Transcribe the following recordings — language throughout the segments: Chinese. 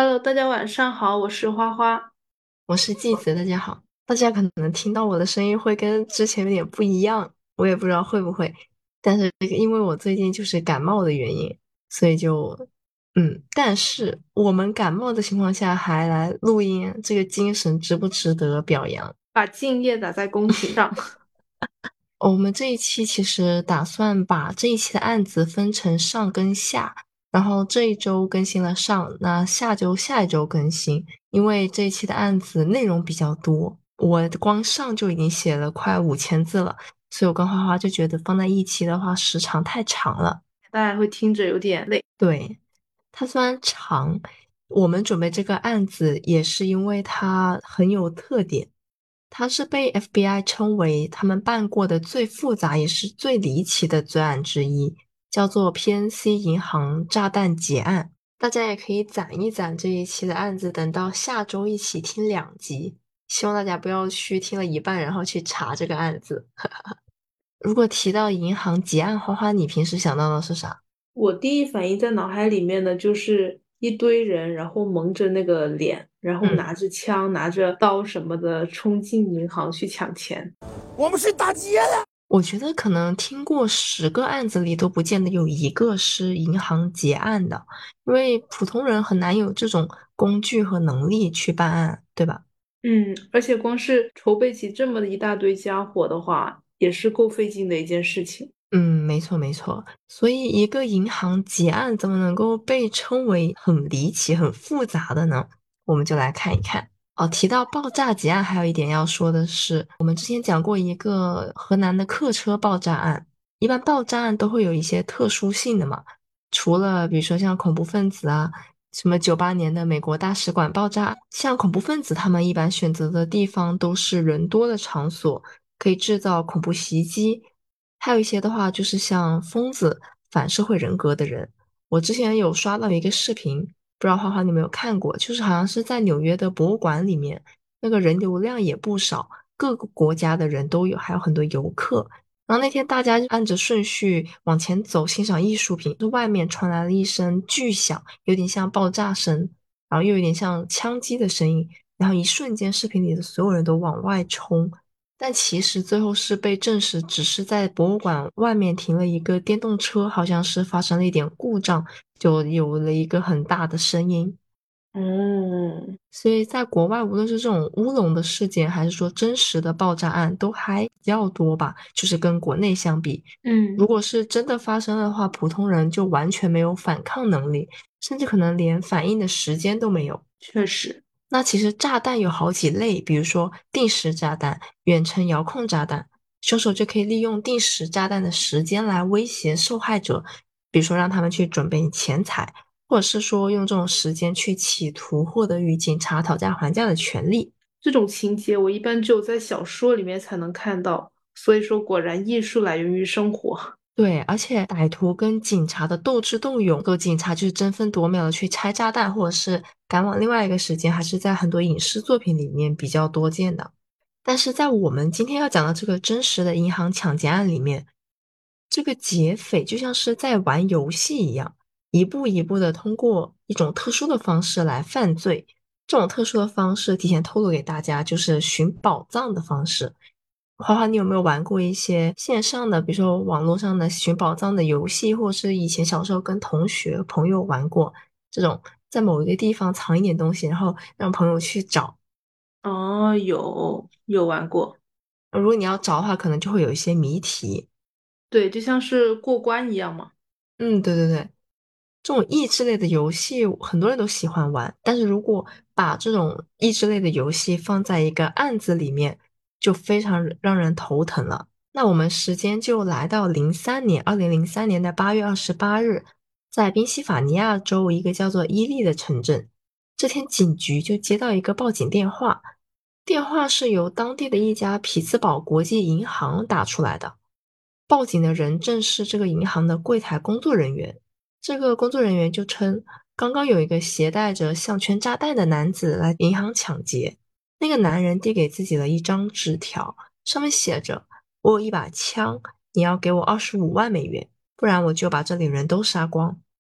Hello，大家晚上好，我是花花。 我是季子，大家好。大家可能听到我的声音会跟之前有点不一样，我也不知道会不会。但是这个因为我最近就是感冒的原因，所以但是我们感冒的情况下还来录音，这个精神值不值得表扬？ 把敬业打在公屏上。 我们这一期其实打算把这一期的案子分成上跟下，然后这一周更新了上，那下一周更新，因为这一期的案子内容比较多，我光上就已经写了快5000字了，所以我跟花花就觉得放在一期的话时长太长了。 大家会听着有点累。 对，它虽然长，我们准备这个案子也是因为它很有特点，它是被 FBI 称为他们办过的最复杂也是最离奇的罪案之一，叫做 PNC 银行炸弹劫案。大家也可以攒一攒这一期的案子，等到下周一起听2集。希望大家不要去听了一半，然后去查这个案子。如果提到银行劫案，花花，你平时想到的是啥？ 我第一反应在脑海里面的就是一堆人，然后蒙着那个脸，然后嗯。 拿着枪、拿着刀什么的冲进银行去抢钱。 我们是打劫的。 我觉得可能听过10个案子里都不见得有一个是银行结案的，因为普通人很难有这种工具和能力去办案，对吧？ 而且光是筹备起这么一大堆家伙的话，也是够费劲的一件事情。 嗯，没错没错。所以一个银行结案怎么能够被称为很离奇、很复杂的呢？我们就来看一看。哦，提到爆炸结案，还有一点要说的是，我们之前讲过一个河南的客车爆炸案，一般爆炸案都会有一些特殊性的嘛，除了比如说像恐怖分子啊，什么98年的美国大使馆爆炸，像恐怖分子他们一般选择的地方都是人多的场所，可以制造恐怖袭击。还有一些的话，就是像疯子、反社会人格的人。我之前有刷到一个视频，不知道花花你有没有看过？就是好像是在纽约的博物馆里面，那个人流量也不少，各个国家的人都有，还有很多游客。然后那天大家按着顺序往前走，欣赏艺术品，就外面传来了一声巨响，有点像爆炸声，然后又有点像枪击的声音，然后一瞬间，视频里的所有人都往外冲。但其实最后是被证实，只是在博物馆外面停了一个电动车，好像是发生了一点故障，就有了一个很大的声音。 哦， 所以在国外，无论是这种乌龙的事件，还是说真实的爆炸案，都还比较多吧。就是跟国内相比，如嗯， 果是真的发生的话，普通人就完全没有反抗能力，甚至可能连反应的时间都没有。 确实。 那其实炸弹有好几类，比如说定时炸弹、远程遥控炸弹，凶手就可以利用定时炸弹的时间来威胁受害者，比如说让他们去准备钱财，或者是说用这种时间去企图获得与警察讨价还价的权利。 这种情节我一般只有在小说里面才能看到，所以说果然艺术来源于生活。 对，而且歹徒跟警察的斗智斗勇，个警察就是争分夺秒的去拆炸弹，或者是赶往另外一个时间，还是在很多影视作品里面比较多见的。但是在我们今天要讲的这个真实的银行抢劫案里面，这个劫匪就像是在玩游戏一样，一步一步的通过一种特殊的方式来犯罪。这种特殊的方式提前透露给大家，就是寻宝藏的方式。花花，你有没有玩过一些线上的，比如说网络上的寻宝藏的游戏，或是以前小时候跟同学朋友玩过这种，在某一个地方藏一点东西，然后让朋友去找。 哦，有玩过。 如果你要找的话，可能就会有一些谜题。 对，就像是过关一样嘛。 嗯，对对对，这种益智类的游戏很多人都喜欢玩，但是如果把这种益智类的游戏放在一个案子里面，就非常让人头疼了。那我们时间就来到2003年的8月28日，在宾夕法尼亚州一个叫做伊利的城镇，这天警局就接到一个报警电话，电话是由当地的一家匹兹堡国际银行打出来的。报警的人正是这个银行的柜台工作人员。这个工作人员就称，刚刚有一个携带着项圈炸弹的男子来银行抢劫。那个男人递给自己了一张纸条，上面写着：“我有一把枪，你要给我25万美元，不然我就把这里人都杀光。”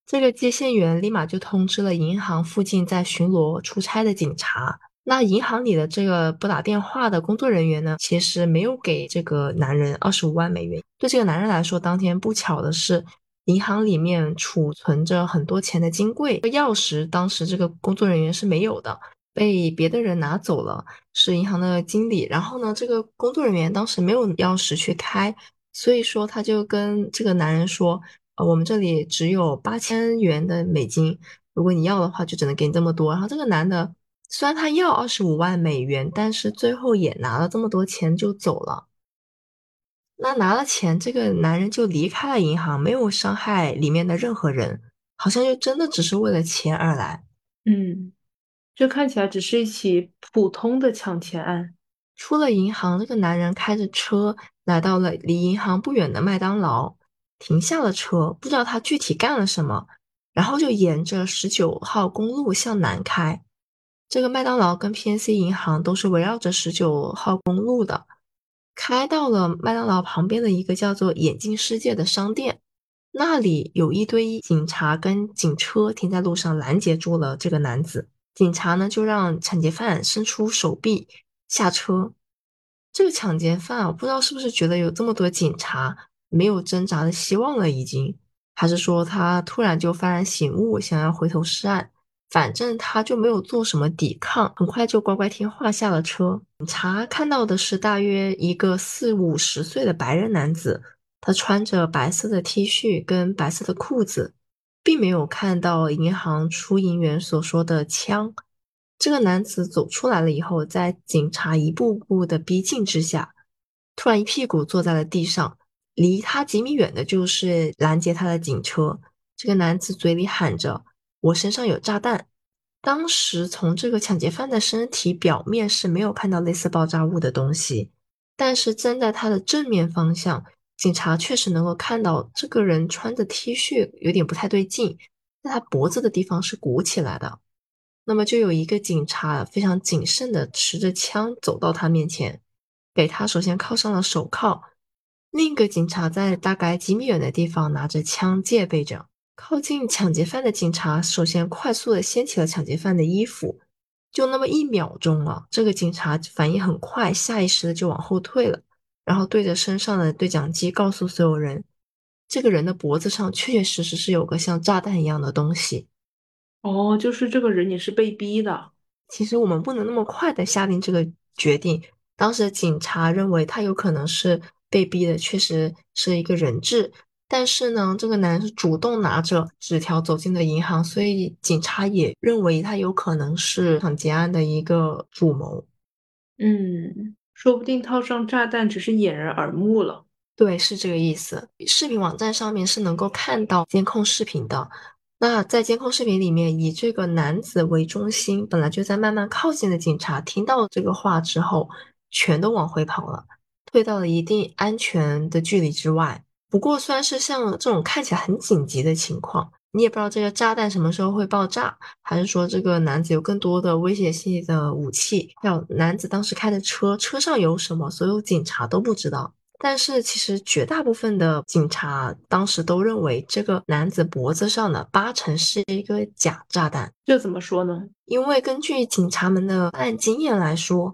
这个接线员立马就通知了银行附近在巡逻出差的警察。那银行里的这个拨打电话的工作人员呢，其实没有给这个男人25万美元。对这个男人来说，当天不巧的是，银行里面储存着很多钱的金柜，钥匙当时这个工作人员是没有的，被别的人拿走了，是银行的经理。然后呢，这个工作人员当时没有钥匙去开，所以说他就跟这个男人说，我们这里只有8000元的美金，如果你要的话，就只能给你这么多。然后这个男的虽然他要25万美元，但是最后也拿了这么多钱就走了。那拿了钱，这个男人就离开了银行，没有伤害里面的任何人，好像就真的只是为了钱而来。 嗯，这看起来只是一起普通的抢钱案。 出了银行，这个男人开着车来到了离银行不远的麦当劳，停下了车，不知道他具体干了什么，然后就沿着19号公路向南开。这个麦当劳跟 PNC 银行都是围绕着19号公路的。开到了麦当劳旁边的一个叫做眼镜世界的商店，那里有一堆警察跟警车停在路上拦截住了这个男子。警察呢就让抢劫犯伸出手臂下车。这个抢劫犯啊，不知道是不是觉得有这么多警察没有挣扎的希望了已经，还是说他突然就幡然醒悟，想要回头是岸。反正他就没有做什么抵抗，很快就乖乖听话下了车。警察看到的是大约一个40-50岁的白人男子，他穿着白色的 T 恤跟白色的裤子，并没有看到银行出银员所说的枪。这个男子走出来了以后，在警察一步步的逼近之下，突然一屁股坐在了地上，离他几米远的就是拦截他的警车。这个男子嘴里喊着：“我身上有炸弹。”当时从这个抢劫犯的身体表面是没有看到类似爆炸物的东西，但是站在他的正面方向，警察确实能够看到这个人穿的 T 恤有点不太对劲，在他脖子的地方是鼓起来的。那么就有一个警察非常谨慎地持着枪走到他面前，给他首先铐上了手铐。另一个警察在大概几米远的地方拿着枪戒备着。靠近抢劫犯的警察首先快速地掀起了抢劫犯的衣服，就那么1秒钟啊，这个警察反应很快，下意识的就往后退了，然后对着身上的对讲机告诉所有人，这个人的脖子上确确实实是有个像炸弹一样的东西。 哦，就是这个人也是被逼的。 其实我们不能那么快的下定这个决定。当时警察认为他有可能是被逼的，确实是一个人质。但是呢，这个男人是主动拿着纸条走进了银行，所以警察也认为他有可能是抢劫案的一个主谋。 嗯，说不定套上炸弹只是掩人耳目了。 对，是这个意思。视频网站上面是能够看到监控视频的。那在监控视频里面，以这个男子为中心，本来就在慢慢靠近的警察，听到这个话之后，全都往回跑了，退到了一定安全的距离之外。不过，虽然是像这种看起来很紧急的情况，你也不知道这个炸弹什么时候会爆炸，还是说这个男子有更多的威胁性的武器，还有男子当时开的车，车上有什么，所有警察都不知道。但是其实绝大部分的警察当时都认为这个男子脖子上的80%是一个假炸弹。 这怎么说呢？ 因为根据警察们的办案经验来说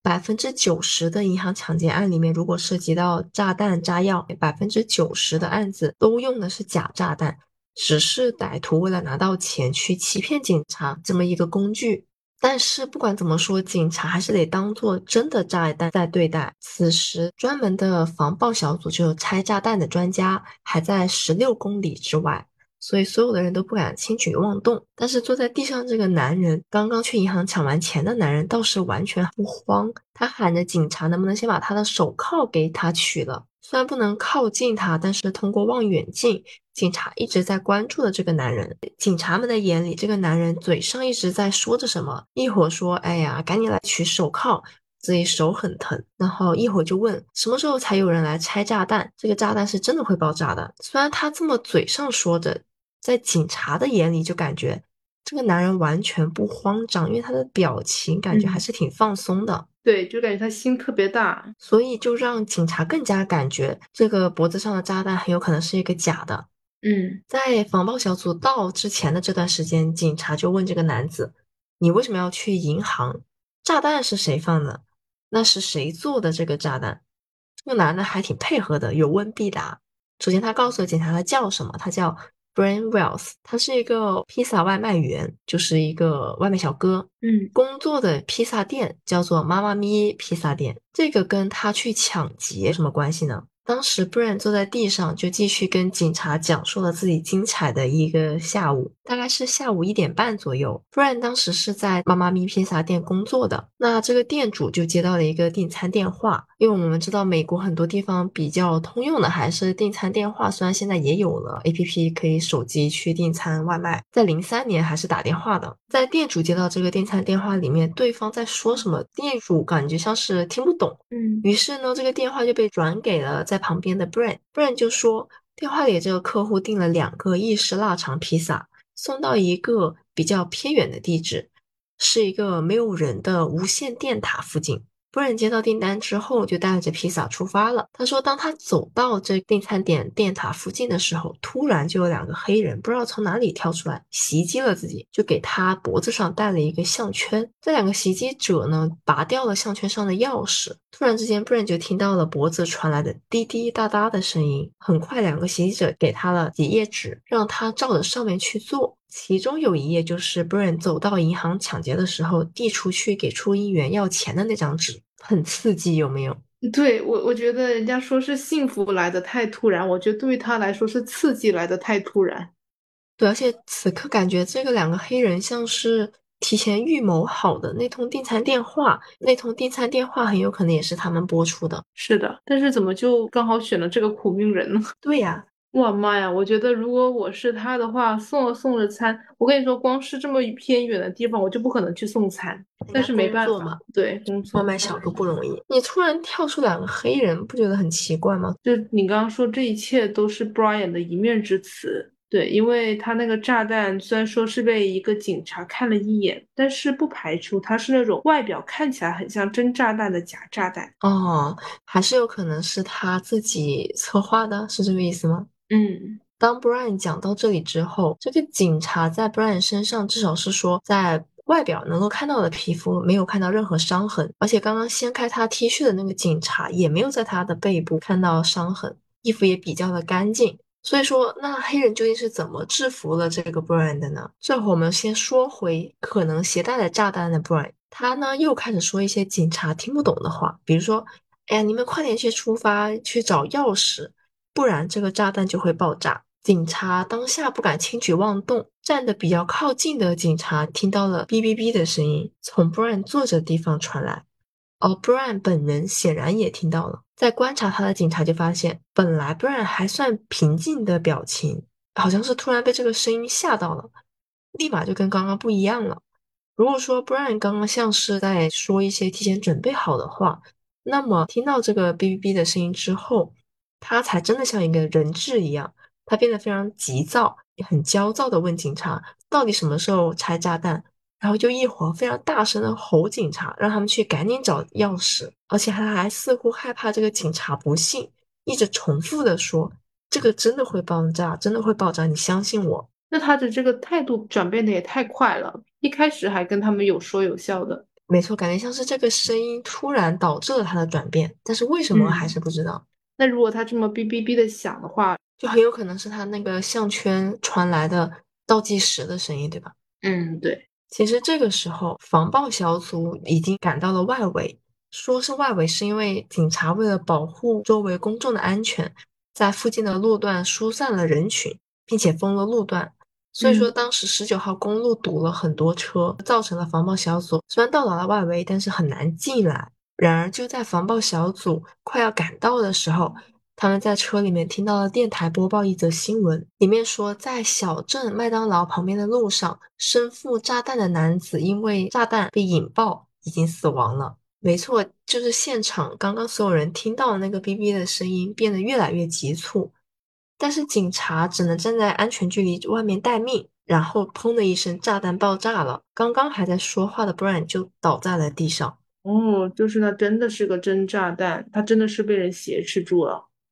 ，90%的银行抢劫案里面，如果涉及到炸弹、炸药，90%的案子都用的是假炸弹，只是歹徒为了拿到钱去欺骗警察这么一个工具。但是不管怎么说，警察还是得当做真的炸弹在对待。此时，专门的防爆小组就有拆炸弹的专家，还在16公里之外，所以所有的人都不敢轻举妄动。但是坐在地上这个男人，刚刚去银行抢完钱的男人，倒是完全不慌。他喊着警察能不能先把他的手铐给他取了。虽然不能靠近他，但是通过望远镜，警察一直在关注的这个男人。警察们的眼里，这个男人嘴上一直在说着什么，一会儿说哎呀赶紧来取手铐，自己手很疼，然后一会儿就问什么时候才有人来拆炸弹，这个炸弹是真的会爆炸的。虽然他这么嘴上说着，在警察的眼里就感觉这个男人完全不慌张，因为他的表情感觉还是挺放松的。 对，就感觉他心特别大。 所以就让警察更加感觉这个脖子上的炸弹很有可能是一个假的。 在防暴小组到之前的这段时间，警察就问这个男子：“你为什么要去银行？炸弹是谁放的？那是谁做的这个炸弹？”这个男的还挺配合的，有问必答。首先，他告诉了警察他叫什么，他叫 Brian Wells，他是一个披萨外卖员，就是一个外卖小哥。工作的披萨店叫做妈妈咪披萨店，这个跟他去抢劫有什么关系呢？当时 Brian 坐在地上，就继续跟警察讲述了自己精彩的一个下午，大概是下午1点半左右。Brian 当时是在妈妈咪披萨店工作的，那这个店主就接到了一个订餐电话，因为我们知道美国很多地方比较通用的还是订餐电话，虽然现在也有了 APP 可以手机去订餐外卖，在03年还是打电话的。在店主接到这个订餐电话里面，对方在说什么，店主感觉像是听不懂。于是呢，这个电话就被转给了在旁边的 Brian 就说，电话里这个客户订了2个意式腊肠披萨，送到一个比较偏远的地址，是一个没有人的无线电塔附近。Brian 接到订单之后，就带着披萨出发了。他说，当他走到这订餐点电塔附近的时候，突然就有2个黑人不知道从哪里跳出来，袭击了自己，就给他脖子上戴了一个项圈。这2个袭击者呢，拔掉了项圈上的钥匙。突然之间 Brian 就听到了脖子传来的滴滴答答的声音。很快2个袭击者给他了几页纸，让他照着上面去做。其中有一页就是 Brian 走到银行抢劫的时候递出去给收银员要钱的那张纸，很刺激，有没有？ 对，我觉得人家说是幸福来的太突然，我觉得对于他来说是刺激来的太突然。 对，而且此刻感觉这个2个黑人像是提前预谋好的那通订餐电话，那通订餐电话很有可能也是他们拨出的。 是的，但是怎么就刚好选了这个苦命人呢？ 对呀， 哇妈呀！我觉得如果我是他的话，送着餐，我跟你说，光是这么偏远的地方，我就不可能去送餐。 人家但是没办法， 工作嘛， 对，工作。 外卖小哥不容易。你突然跳出2个黑人，不觉得很奇怪吗？ 就你刚刚说这一切都是 Brian 的一面之词。对，因为他那个炸弹虽然说是被一个警察看了一眼，但是不排除他是那种外表看起来很像真炸弹的假炸弹。 哦，还是有可能是他自己策划的，是这个意思吗？ 嗯当 Brian 讲到这里之后，这个警察在 Brian 身上至少是说，在外表能够看到的皮肤没有看到任何伤痕，而且刚刚掀开他 T 恤的那个警察也没有在他的背部看到伤痕，衣服也比较的干净。所以说，那黑人究竟是怎么制服了这个 Brian 的呢？这会儿我们先说回可能携带了炸弹的 Brian，他呢又开始说一些警察听不懂的话，比如说：“哎呀，你们快点去出发，去找钥匙，不然这个炸弹就会爆炸。”警察当下不敢轻举妄动，站得比较靠近的警察听到了哔哔哔的声音从 Brian 坐着的地方传来，而 Brian 本人显然也听到了。在观察他的警察就发现，本来 Brian 还算平静的表情，好像是突然被这个声音吓到了，立马就跟刚刚不一样了。如果说 Brian 刚刚像是在说一些提前准备好的话，那么听到这个哔哔哔的声音之后，他才真的像一个人质一样。他变得非常急躁，也很焦躁地问警察到底什么时候拆炸弹，然后就一会儿非常大声地吼警察，让他们去赶紧找钥匙，而且他还似乎害怕这个警察不信，一直重复地说这个真的会爆炸，真的会爆炸，你相信我。 那他的这个态度转变的也太快了，一开始还跟他们有说有笑的。 没错，感觉像是这个声音突然导致了他的转变，但是为什么还嗯， 是不知道， 那如果他这么哔哔哔的响的话， 就很有可能是他那个项圈传来的倒计时的声音，对吧？ 对， 其实这个时候，防暴小组已经赶到了外围。说是外围，是因为警察为了保护周围公众的安全，在附近的路段疏散了人群，并且封了路段。所以说， 嗯当时19号公路堵了很多车，造成了防暴小组虽然到达了外围，但是很难进来。然而，就在防暴小组快要赶到的时候，他们在车里面听到了电台播报一则新闻，里面说在小镇麦当劳旁边的路上，身负炸弹的男子因为炸弹被引爆，已经死亡了。没错，就是现场刚刚所有人听到的那个哔哔的声音变得越来越急促，但是警察只能站在安全距离外面待命，然后砰的一声，炸弹爆炸了。刚刚还在说话的 Brian 就倒在了地上。 哦，就是那真的是个真炸弹，他真的是被人挟持住了。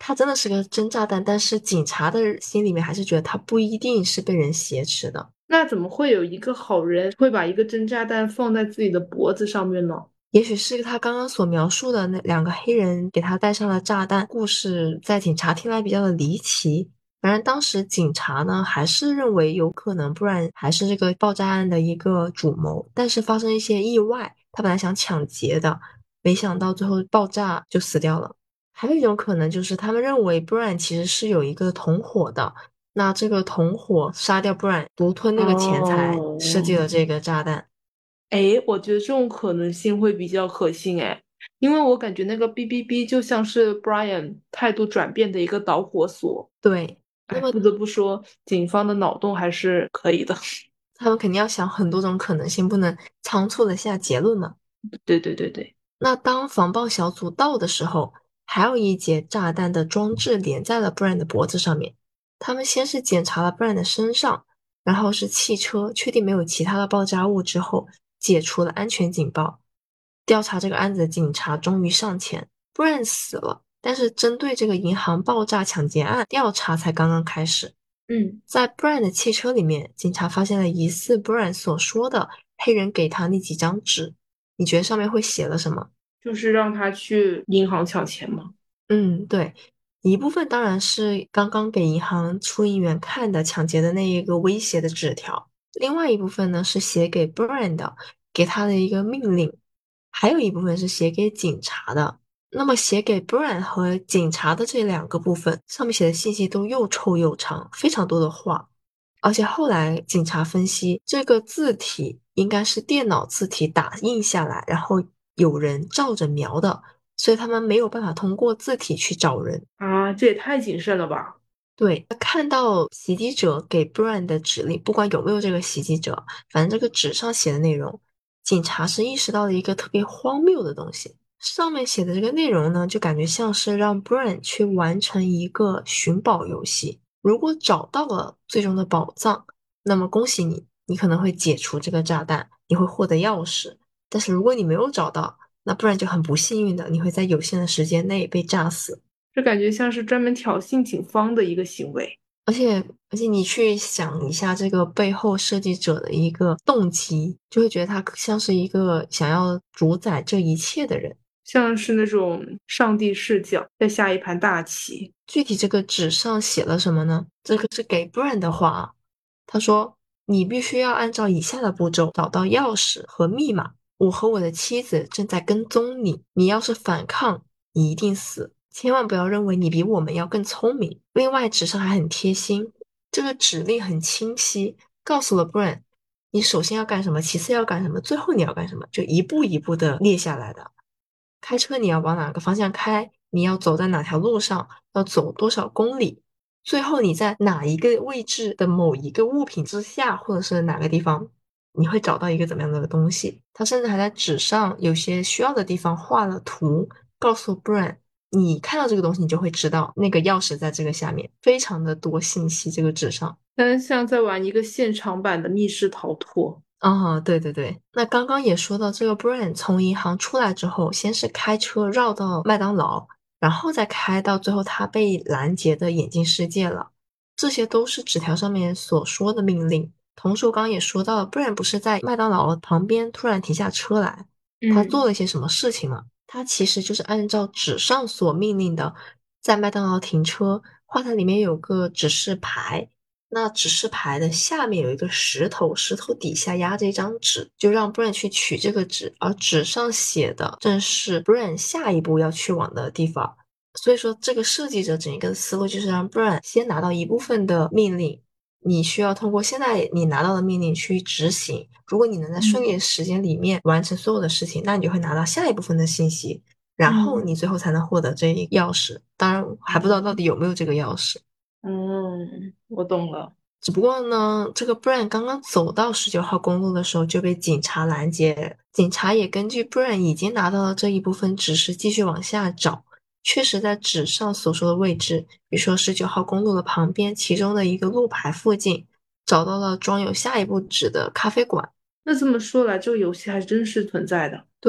它真的是个真炸弹，但是警察的心里面还是觉得它不一定是被人挟持的。 那怎么会有一个好人会把一个真炸弹放在自己的脖子上面呢？ 也许是他刚刚所描述的那两个黑人给他带上了炸弹，故事在警察听来比较的离奇。反正当时警察呢还是认为有可能，不然还是这个爆炸案的一个主谋。但是发生一些意外，他本来想抢劫的，没想到最后爆炸就死掉了。还有一种可能就是他们认为 Brian 其实是有一个同伙的，那这个同伙杀掉 Brian，独吞那个钱财，设计哦， 了这个炸弹。 哎，我觉得这种可能性会比较可信哎，因为我感觉那个 BBB 就像是 Brian 态度转变的一个导火索。 对。那哎， 么不得不说，警方的脑洞还是可以的。 他们肯定要想很多种可能性，不能仓促的下结论嘛。 对对对对， 那当防爆小组到的时候，还有一节炸弹的装置连在了布兰的脖子上面。他们先是检查了布兰的身上，然后是汽车，确定没有其他的爆炸物之后，解除了安全警报。调查这个案子的警察终于上前，布兰死了，但是针对这个银行爆炸抢劫案调查才刚刚开始。 嗯， 在 Brian 的汽车里面，警察发现了疑似 Brian 所说的黑人给他那几张纸。你觉得上面会写了什么？ 就是让他去银行抢钱嘛。 嗯，对，一部分当然是刚刚给银行出银员看的抢劫的那一个威胁的纸条，另外一部分呢是写给 Brian 的，给他的一个命令，还有一部分是写给警察的。那么写给 Brian 和警察的这两个部分，上面写的信息都又臭又长，非常多的话。而且后来警察分析，这个字体应该是电脑字体打印下来，然后有人照着描的，所以他们没有办法通过字体去找人。 啊，这也太谨慎了吧！ 对，看到袭击者给 Brian 的指令，不管有没有这个袭击者，反正这个纸上写的内容，警察是意识到了一个特别荒谬的东西。上面写的这个内容呢，就感觉像是让 Brian 去完成一个寻宝游戏。如果找到了最终的宝藏，那么恭喜你，你可能会解除这个炸弹，你会获得钥匙。但是如果你没有找到，那不然就很不幸运的，你会在有限的时间内被炸死。 这感觉像是专门挑衅警方的一个行为， 而且你去想一下这个背后设计者的一个动机，就会觉得他像是一个想要主宰这一切的人。 像是那种上帝视角在下一盘大棋。 具体这个纸上写了什么呢？这个是给 Brian 的话，他说：“你必须要按照以下的步骤找到钥匙和密码。我和我的妻子正在跟踪你，你要是反抗，你一定死。千万不要认为你比我们要更聪明。”另外，纸上还很贴心，这个指令很清晰，告诉了 Brian，你首先要干什么，其次要干什么，最后你要干什么，就一步一步的列下来的。开车你要往哪个方向开，你要走在哪条路上，要走多少公里，最后你在哪一个位置的某一个物品之下，或者是哪个地方，你会找到一个怎么样的东西。他甚至还在纸上有些需要的地方画了图，告诉 Brian，你看到这个东西，你就会知道那个钥匙在这个下面，非常的多信息，这个纸上。 但是像在玩一个现场版的密室逃脱。 啊，对对对，那刚刚也说到，这个 Brian 从银行出来之后，先是开车绕到麦当劳，然后再开到最后他被拦截的眼镜世界了。这些都是纸条上面所说的命令。同时，我刚刚也说到了，Brian 不是在麦当劳旁边突然停下车来，他做嗯， 了一些什么事情吗？他其实就是按照纸上所命令的，在麦当劳停车，花坛里面有个指示牌。那指示牌的下面有一个石头，石头底下压着一张纸，就让 Brian 去取这个纸，而纸上写的正是 Brian 下一步要去往的地方。所以说，这个设计者整一个思路就是让 Brian 先拿到一部分的命令，你需要通过现在你拿到的命令去执行。如果你能在顺利的时间里面完成所有的事情，那你就会拿到下一部分的信息，然后嗯， 你最后才能获得这一钥匙。当然，还不知道到底有没有这个钥匙。 我懂了。 只不过呢，这个 Brian 刚刚走到19号公路的时候就被警察拦截，警察也根据 Brian 已经拿到了这一部分指示继续往下找，确实在纸上所说的位置，比如说19号公路的旁边，其中的一个路牌附近，找到了装有下一步纸的咖啡馆。 那这么说来，这个游戏还真是存在的。 对，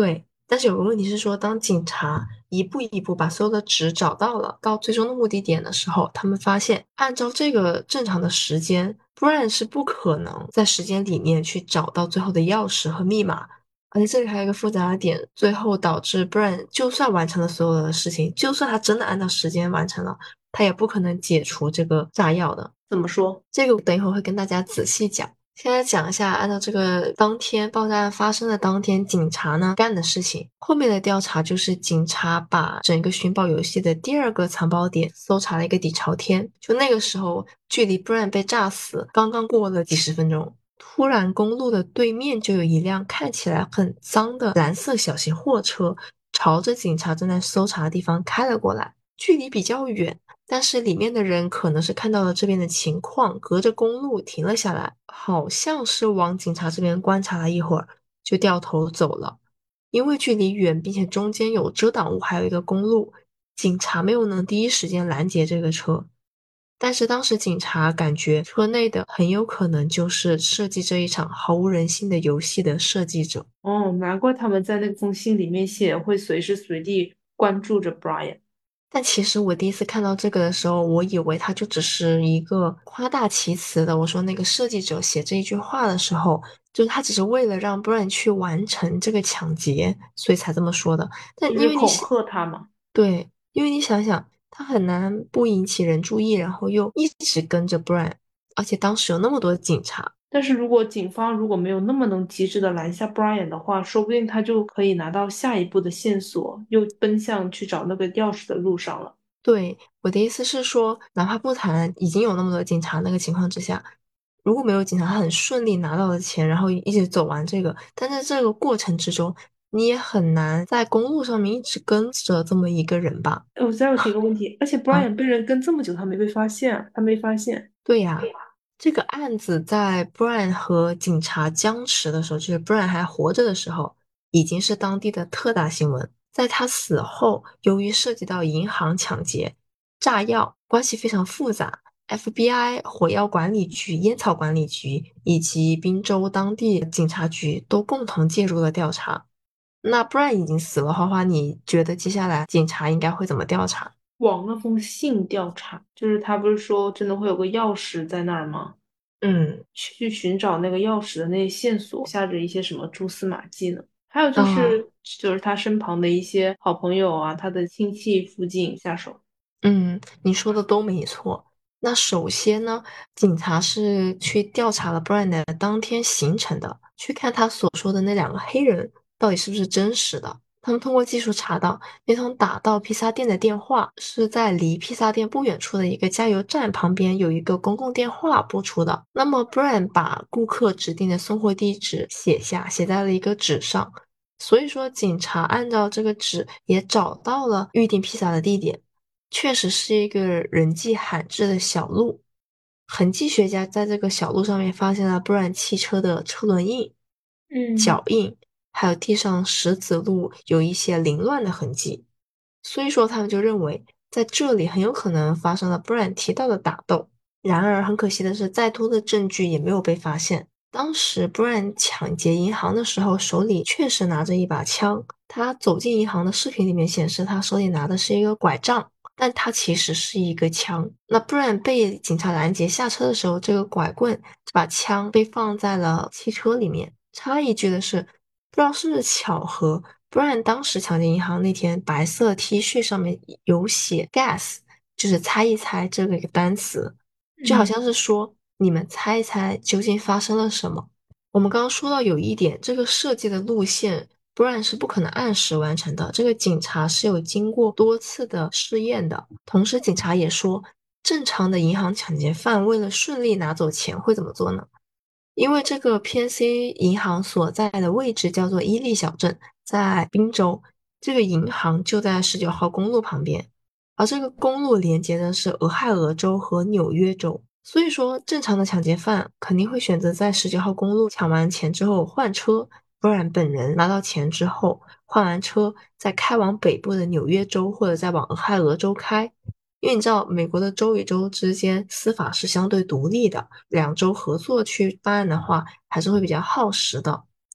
但是有个问题是说，当警察一步一步把所有的纸找到了，到最终的目的点的时候，他们发现按照这个正常的时间，Brian 是不可能在时间里面去找到最后的钥匙和密码。而且这里还有一个复杂的点，最后导致 Brian 就算完成了所有的事情，就算他真的按照时间完成了，他也不可能解除这个炸药的。 怎么说？ 这个等一会儿会跟大家仔细讲。先来讲一下，按照这个当天爆炸案发生的当天，警察呢干的事情。后面的调查就是警察把整个寻宝游戏的第二个藏宝点搜查了一个底朝天。就那个时候，距离 Brian 被炸死刚刚过了几十分钟，突然公路的对面就有一辆看起来很脏的蓝色小型货车，朝着警察正在搜查的地方开了过来，距离比较远。但是里面的人可能是看到了这边的情况，隔着公路停了下来，好像是往警察这边观察了一会儿，就掉头走了。因为距离远，并且中间有遮挡物，还有一个公路，警察没有能第一时间拦截这个车。但是当时警察感觉车内的很有可能就是设计这一场毫无人性的游戏的设计者。 哦，难怪他们在那封信里面写会随时随地关注着 Brian。 但其实我第一次看到这个的时候，我以为它就只是一个夸大其词的。我说那个设计者写这一句话的时候，就是他只是为了让 Brian 去完成这个抢劫，所以才这么说的。但就是恐因为你想， 吓他嘛。 对，因为你想想，他很难不引起人注意，然后又一直跟着 Brian，而且当时有那么多警察。 但是如果警方如果没有那么能及时的拦下 Brian 的话，说不定他就可以拿到下一步的线索，又奔向去找那个钥匙的路上了。 对，我的意思是说，哪怕不谈已经有那么多警察那个情况之下，如果没有警察，他很顺利拿到了钱，然后一直走完这个，但在这个过程之中，你也很难在公路上面一直跟着这么一个人吧？ 哎，我再有提个问题，而且啊， Brian 被人跟这么久，他没被发现，他没发现。 对呀，这个案子在 Brian 和警察僵持的时候，就是 Brian 还活着的时候，已经是当地的特大新闻。在他死后，由于涉及到银行抢劫、炸药，关系非常复杂，FBI、火药管理局、烟草管理局以及宾州当地警察局都共同介入了调查。那 Brian 已经死了，花花，你觉得接下来警察应该会怎么调查？ 往那封信调查，就是他不是说真的会有个钥匙在那儿吗？ 嗯去寻找那个钥匙的那些线索，下着一些什么蛛丝马迹呢？还有就啊。 是，就是他身旁的一些好朋友啊，他的亲戚附近下手。 嗯，你说的都没错。那首先呢，警察是去调查了 Brian 的当天行程的，去看他所说的那两个黑人到底是不是真实的。他们通过技术查到，那通打到披萨店的电话是在离披萨店不远处的一个加油站旁边有一个公共电话拨出的。那么 Brian 把顾客指定的送货地址写下，写在了一个纸上。所以说，警察按照这个纸也找到了预定披萨的地点。确实是一个人迹罕至的小路。痕迹学家在这个小路上面发现了布兰汽车的车轮印、 嗯， 脚印，还有地上石子路有一些凌乱的痕迹。所以说，他们就认为在这里很有可能发生了布兰提到的打斗。然而，很可惜的是，再多的证据也没有被发现。当时 Brian 抢劫银行的时候，手里确实拿着一把枪。他走进银行的视频里面显示，他手里拿的是一个拐杖，但他其实是一个枪。那 Brian 被警察拦截下车的时候，这个拐棍、这把枪被放在了汽车里面。插一句的是，不知道是不是巧合，Brian 当时抢劫银行那天，白色 T 恤上面有写 gas，就是猜一猜这个一个单词。就好嗯， 像是说，你们猜一猜究竟发生了什么。我们刚刚说到有一点，这个设计的路线，不然是不可能按时完成的。这个警察是有经过多次的试验的。同时，警察也说，正常的银行抢劫犯为了顺利拿走钱会怎么做呢？因为这个 PNC 银行所在的位置叫做伊利小镇，在宾州，这个银行就在19号公路旁边。而这个公路连接的是俄亥俄州和纽约州，所以说正常的抢劫犯肯定会选择在19号公路抢完钱之后换车，不然本人拿到钱之后换完车再开往北部的纽约州或者再往俄亥俄州开。因为你知道，美国的州与州之间司法是相对独立的，两州合作去办案的话，还是会比较耗时的。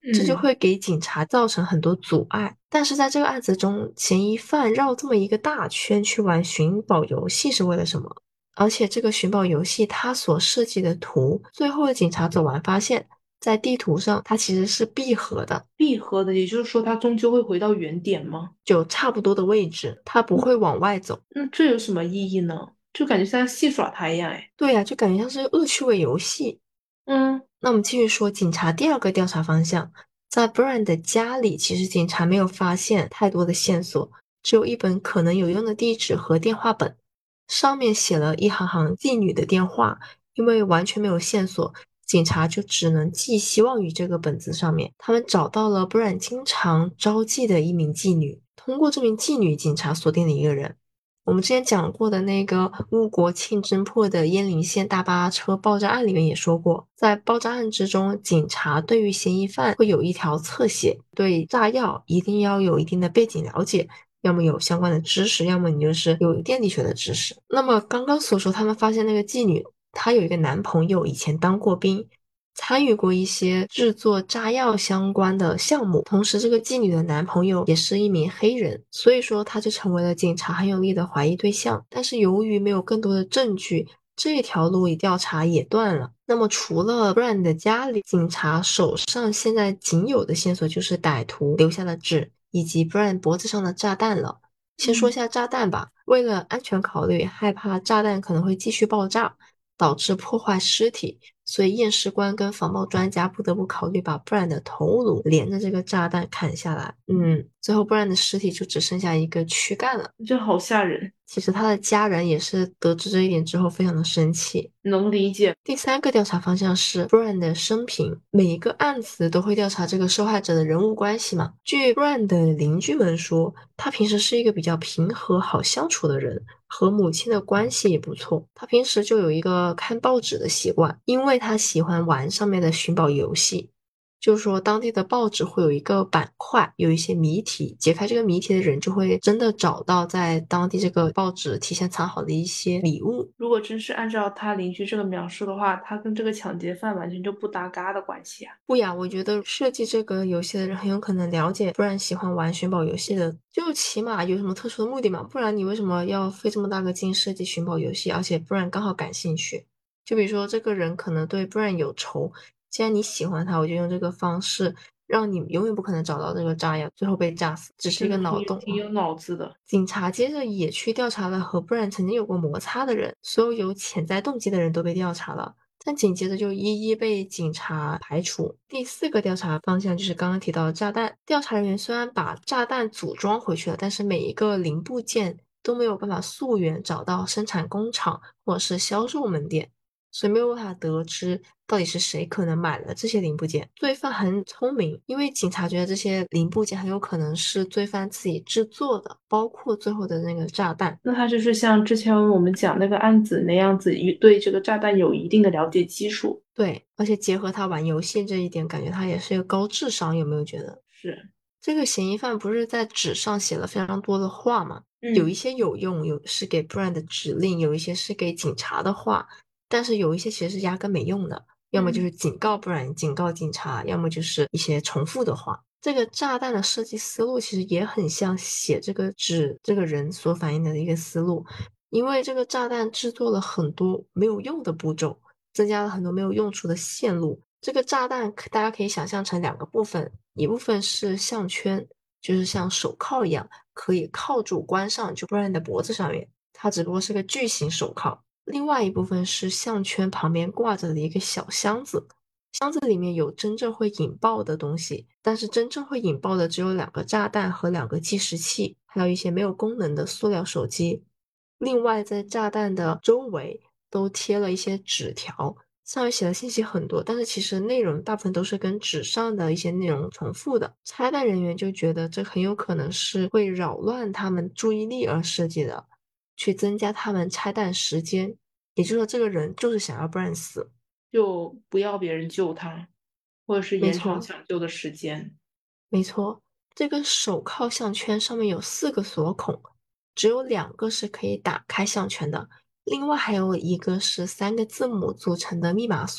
这就会给警察造成很多阻碍。但是在这个案子中，嫌疑犯绕这么一个大圈去玩寻宝游戏是为了什么？而且这个寻宝游戏它所设计的图，最后的警察走完发现，在地图上它其实是闭合的。 闭合的，也就是说它终究会回到原点吗？ 就差不多的位置，它不会往外走。 那这有什么意义呢？就感觉像戏耍他一样，哎。 对呀，就感觉像是恶趣味游戏。那我们继续说，警察第二个调查方向，在 Brian 的家里，其实警察没有发现太多的线索，只有一本可能有用的地址和电话本，上面写了一行行妓女的电话。因为完全没有线索，警察就只能寄希望于这个本子上面。他们找到了 Brian 经常招妓的一名妓女，通过这名妓女，警察锁定了一个人。我们之前讲过的那个乌国庆侦破的鄢陵县大巴车爆炸案里面也说过，在爆炸案之中，警察对于嫌疑犯会有一条侧写，对炸药一定要有一定的背景了解，要么有相关的知识，要么你就是有电力学的知识。那么刚刚所说，他们发现那个妓女，她有一个男朋友，以前当过兵，参与过一些制作炸药相关的项目，同时这个妓女的男朋友也是一名黑人，所以说他就成为了警察很有力的怀疑对象。但是由于没有更多的证据，这条路调查也断了。那么除了 Brian 的家里，警察手上现在仅有的线索就是歹徒留下的纸以及 Brian 脖子上的炸弹了。先说一下炸弹吧，为了安全考虑，害怕炸弹可能会继续爆炸，导致破坏尸体，所以验尸官跟防爆专家不得不考虑把 Brian 的头颅连着这个炸弹砍下来。最后 Brian 的尸体就只剩下一个躯干了。 这好吓人。 其实他的家人也是得知这一点之后非常的生气。 能理解。 第三个调查方向是 Brian 的生平，每一个案子都会调查这个受害者的人物关系嘛。据 Brian 的邻居们说，他平时是一个比较平和、好相处的人，和母亲的关系也不错。他平时就有一个看报纸的习惯，因为他喜欢玩上面的寻宝游戏。就是说，当地的报纸会有一个板块，有一些谜题，解开这个谜题的人就会真的找到在当地这个报纸提前藏好的一些礼物。 如果真是按照他邻居这个描述的话，他跟这个抢劫犯完全就不搭嘎的关系啊！ 不呀，我觉得设计这个游戏的人很有可能了解，不然喜欢玩寻宝游戏的，就起码有什么特殊的目的嘛？不然你为什么要费这么大个劲设计寻宝游戏？而且不然刚好感兴趣，就比如说这个人可能对不然有仇。既然你喜欢他，我就用这个方式让你永远不可能找到这个炸药，最后被炸死，只是一个脑洞。 挺有脑子的。 警察接着也去调查了和Brian曾经有过摩擦的人，所有有潜在动机的人都被调查了，但紧接着就一一被警察排除。第四个调查方向就是刚刚提到的炸弹，调查人员虽然把炸弹组装回去了，但是每一个零部件都没有办法溯源找到生产工厂或者是销售门店。所以没有办法得知到底是谁可能买了这些零部件。罪犯很聪明，因为警察觉得这些零部件很有可能是罪犯自己制作的，包括最后的那个炸弹。 那他就是像之前我们讲那个案子那样子，对这个炸弹有一定的了解基础。 对，而且结合他玩游戏这一点，感觉他也是一个高智商，有没有觉得？ 是。 这个嫌疑犯不是在纸上写了非常多的话吗？有一些有用，有是给 Brian 的指令，有一些是给警察的话。但是有一些其实是压根没用的，要么就是警告，不然警告警察，要么就是一些重复的话。这个炸弹的设计思路其实也很像写这个纸这个人所反映的一个思路，因为这个炸弹制作了很多没有用的步骤，增加了很多没有用处的线路。这个炸弹大家可以想象成两个部分，一部分是项圈，就是像手铐一样可以铐住关上，就不然你的脖子上面，它只不过是个巨型手铐。另外一部分是项圈旁边挂着的一个小箱子，箱子里面有真正会引爆的东西，但是真正会引爆的只有2个炸弹和2个计时器，还有一些没有功能的塑料手机。另外在炸弹的周围都贴了一些纸条，上面写的信息很多，但是其实内容大部分都是跟纸上的一些内容重复的。拆弹人员就觉得这很有可能是会扰乱他们注意力而设计的，去增加他们拆弹时间，也就是说这个人就是想要Brian死， 就不要别人救他，或者是延长抢救的时间。 没错，这个手铐项圈上面有4个锁孔，只有2个是可以打开项圈的，另外还有1个是3个字母组成的密码锁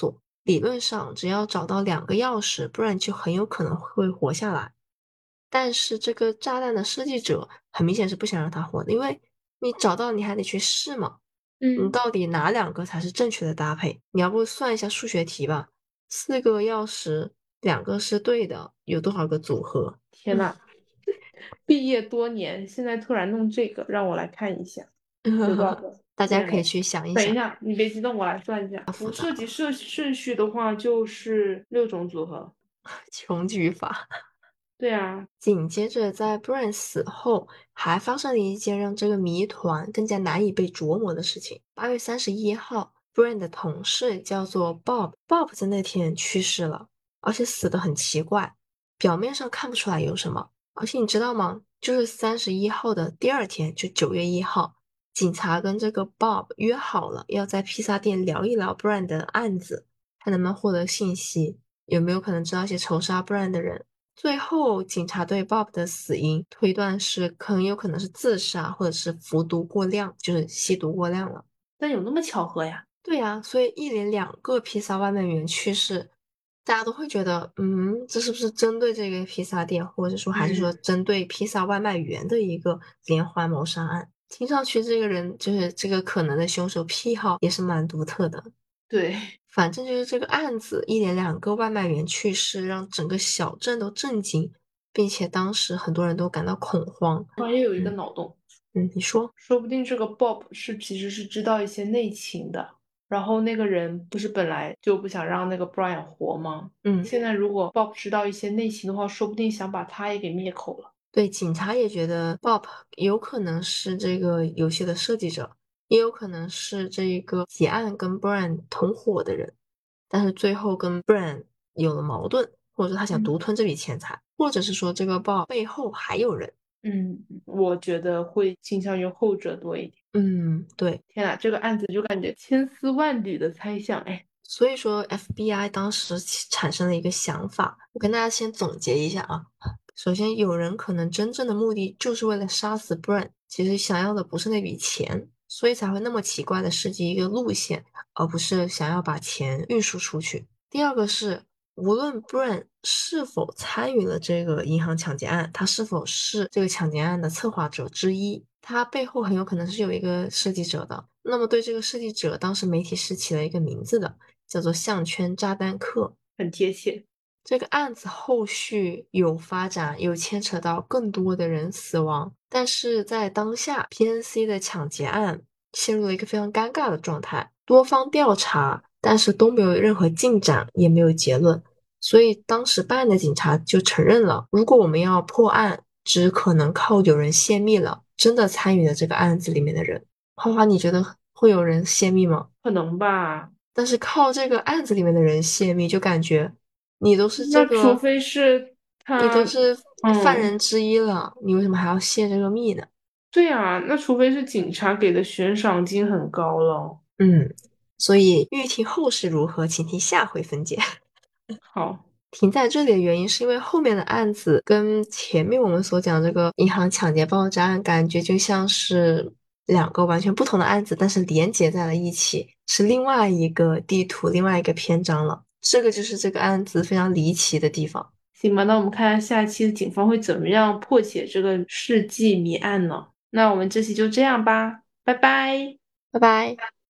理论上只要找到2个钥匙，不然就很有可能会活下来。但是这个炸弹的设计者很明显是不想让他活的，因为你找到你还得去试嘛，你到底哪2个才是正确的搭配？你要不算一下数学题吧，4个钥匙2个是对的，有多少个组合？ 天呐，毕业多年，现在突然弄这个，让我来看一下有多少个。 大家可以去想一想。 等一下，你别激动，我来算一下。不涉及顺序的话，就是6种组合。 穷举法。 对啊， 紧接着在 Brian 死后，还发生了一件让这个谜团更加难以被琢磨的事情。8月31号，Brian 的同事叫做 Bob 在那天去世了，而且死得很奇怪，表面上看不出来有什么。而且你知道吗？就是31号的第2天，就9月1号，警察跟这个 Bob 约好了，要在披萨店聊一聊 Brian 的案子，看能不能获得信息，有没有可能知道一些仇杀 Brian 的人。最后，警察对 Bob 的死因推断是很有可能是自杀，或者是服毒过量，就是吸毒过量了。 但有那么巧合呀？ 对呀，所以一连2个披萨外卖员去世，大家都会觉得，这是不是针对这个披萨店，或者说还是说针对披萨外卖员的一个连环谋杀案？听上去这个人就是这个可能的凶手癖好也是蛮独特的。 对， 反正就是这个案子，一连2个外卖员去世，让整个小镇都震惊，并且当时很多人都感到恐慌。 突然又有一个脑洞， 你说， 说不定这个 Bob 其实是知道一些内情的。然后那个人不是本来就不想让那个 Brian 活吗？现在如果 Bob 知道一些内情的话，说不定想把他也给灭口了。 对，警察也觉得 Bob 有可能是这个游戏的设计者，也有可能是这个结案跟 Brian 同伙的人，但是最后跟 Brian 有了矛盾，或者说他想独吞这笔钱财，或者是说这个 Bob 背后还有人。 我觉得会倾向于后者多一点。 对。 天呐，这个案子就感觉千丝万缕的猜想，哎。 所以说，FBI 当时产生了一个想法，我跟大家先总结一下啊。首先，有人可能真正的目的就是为了杀死 Brian，其实想要的不是那笔钱，所以才会那么奇怪的设计一个路线，而不是想要把钱运输出去。第二个是，无论 Brian 是否参与了这个银行抢劫案，他是否是这个抢劫案的策划者之一，他背后很有可能是有一个设计者的。那么对这个设计者，当时媒体是起了一个名字的。叫做项圈炸弹客， 很贴切。 这个案子后续有发展，有牵扯到更多的人死亡，但是在当下 PNC 的抢劫案陷入了一个非常尴尬的状态，多方调查，但是都没有任何进展，也没有结论，所以当时办案的警察就承认了，如果我们要破案，只可能靠有人泄密了，真的参与了这个案子里面的人。花花，你觉得会有人泄密吗？ 可能吧。 但是靠这个案子里面的人泄密，就感觉你都是这那除个， 非是你他， 都是犯人之一了，你为什么还要泄这个密呢？ 对啊，那除非是警察给的悬赏金很高了。 所以欲听后事如何，请听下回分解。 好， 停在这里的原因是因为后面的案子跟前面我们所讲这个银行抢劫爆炸案，感觉就像是2个完全不同的案子，但是连接在了一起，是另外一个地图，另外一个篇章了。这个就是这个案子非常离奇的地方。 行吧，那我们看看下期的警方会怎么样破解这个世纪谜案呢？那我们这期就这样吧，拜拜。 拜拜。